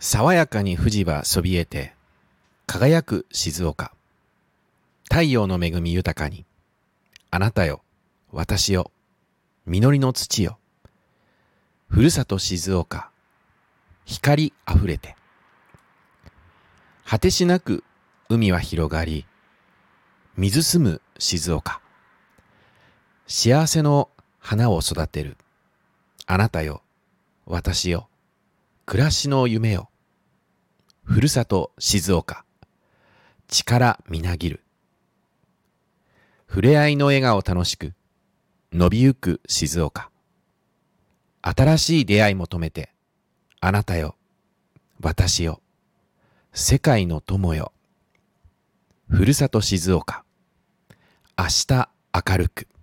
爽やかに富士はそびえて、輝く静岡。太陽の恵み豊かに、あなたよ、私よ、実りの土よ。ふるさと静岡、光あふれて。果てしなく海は広がり、水澄む静岡。幸せの花を育てる、あなたよ、私よ、暮らしの夢よ。ふるさと静岡、力みなぎる。触れ合いの笑顔楽しく、伸びゆく静岡。新しい出会い求めて、あなたよ、私よ、世界の友よ。ふるさと静岡、明日明るく。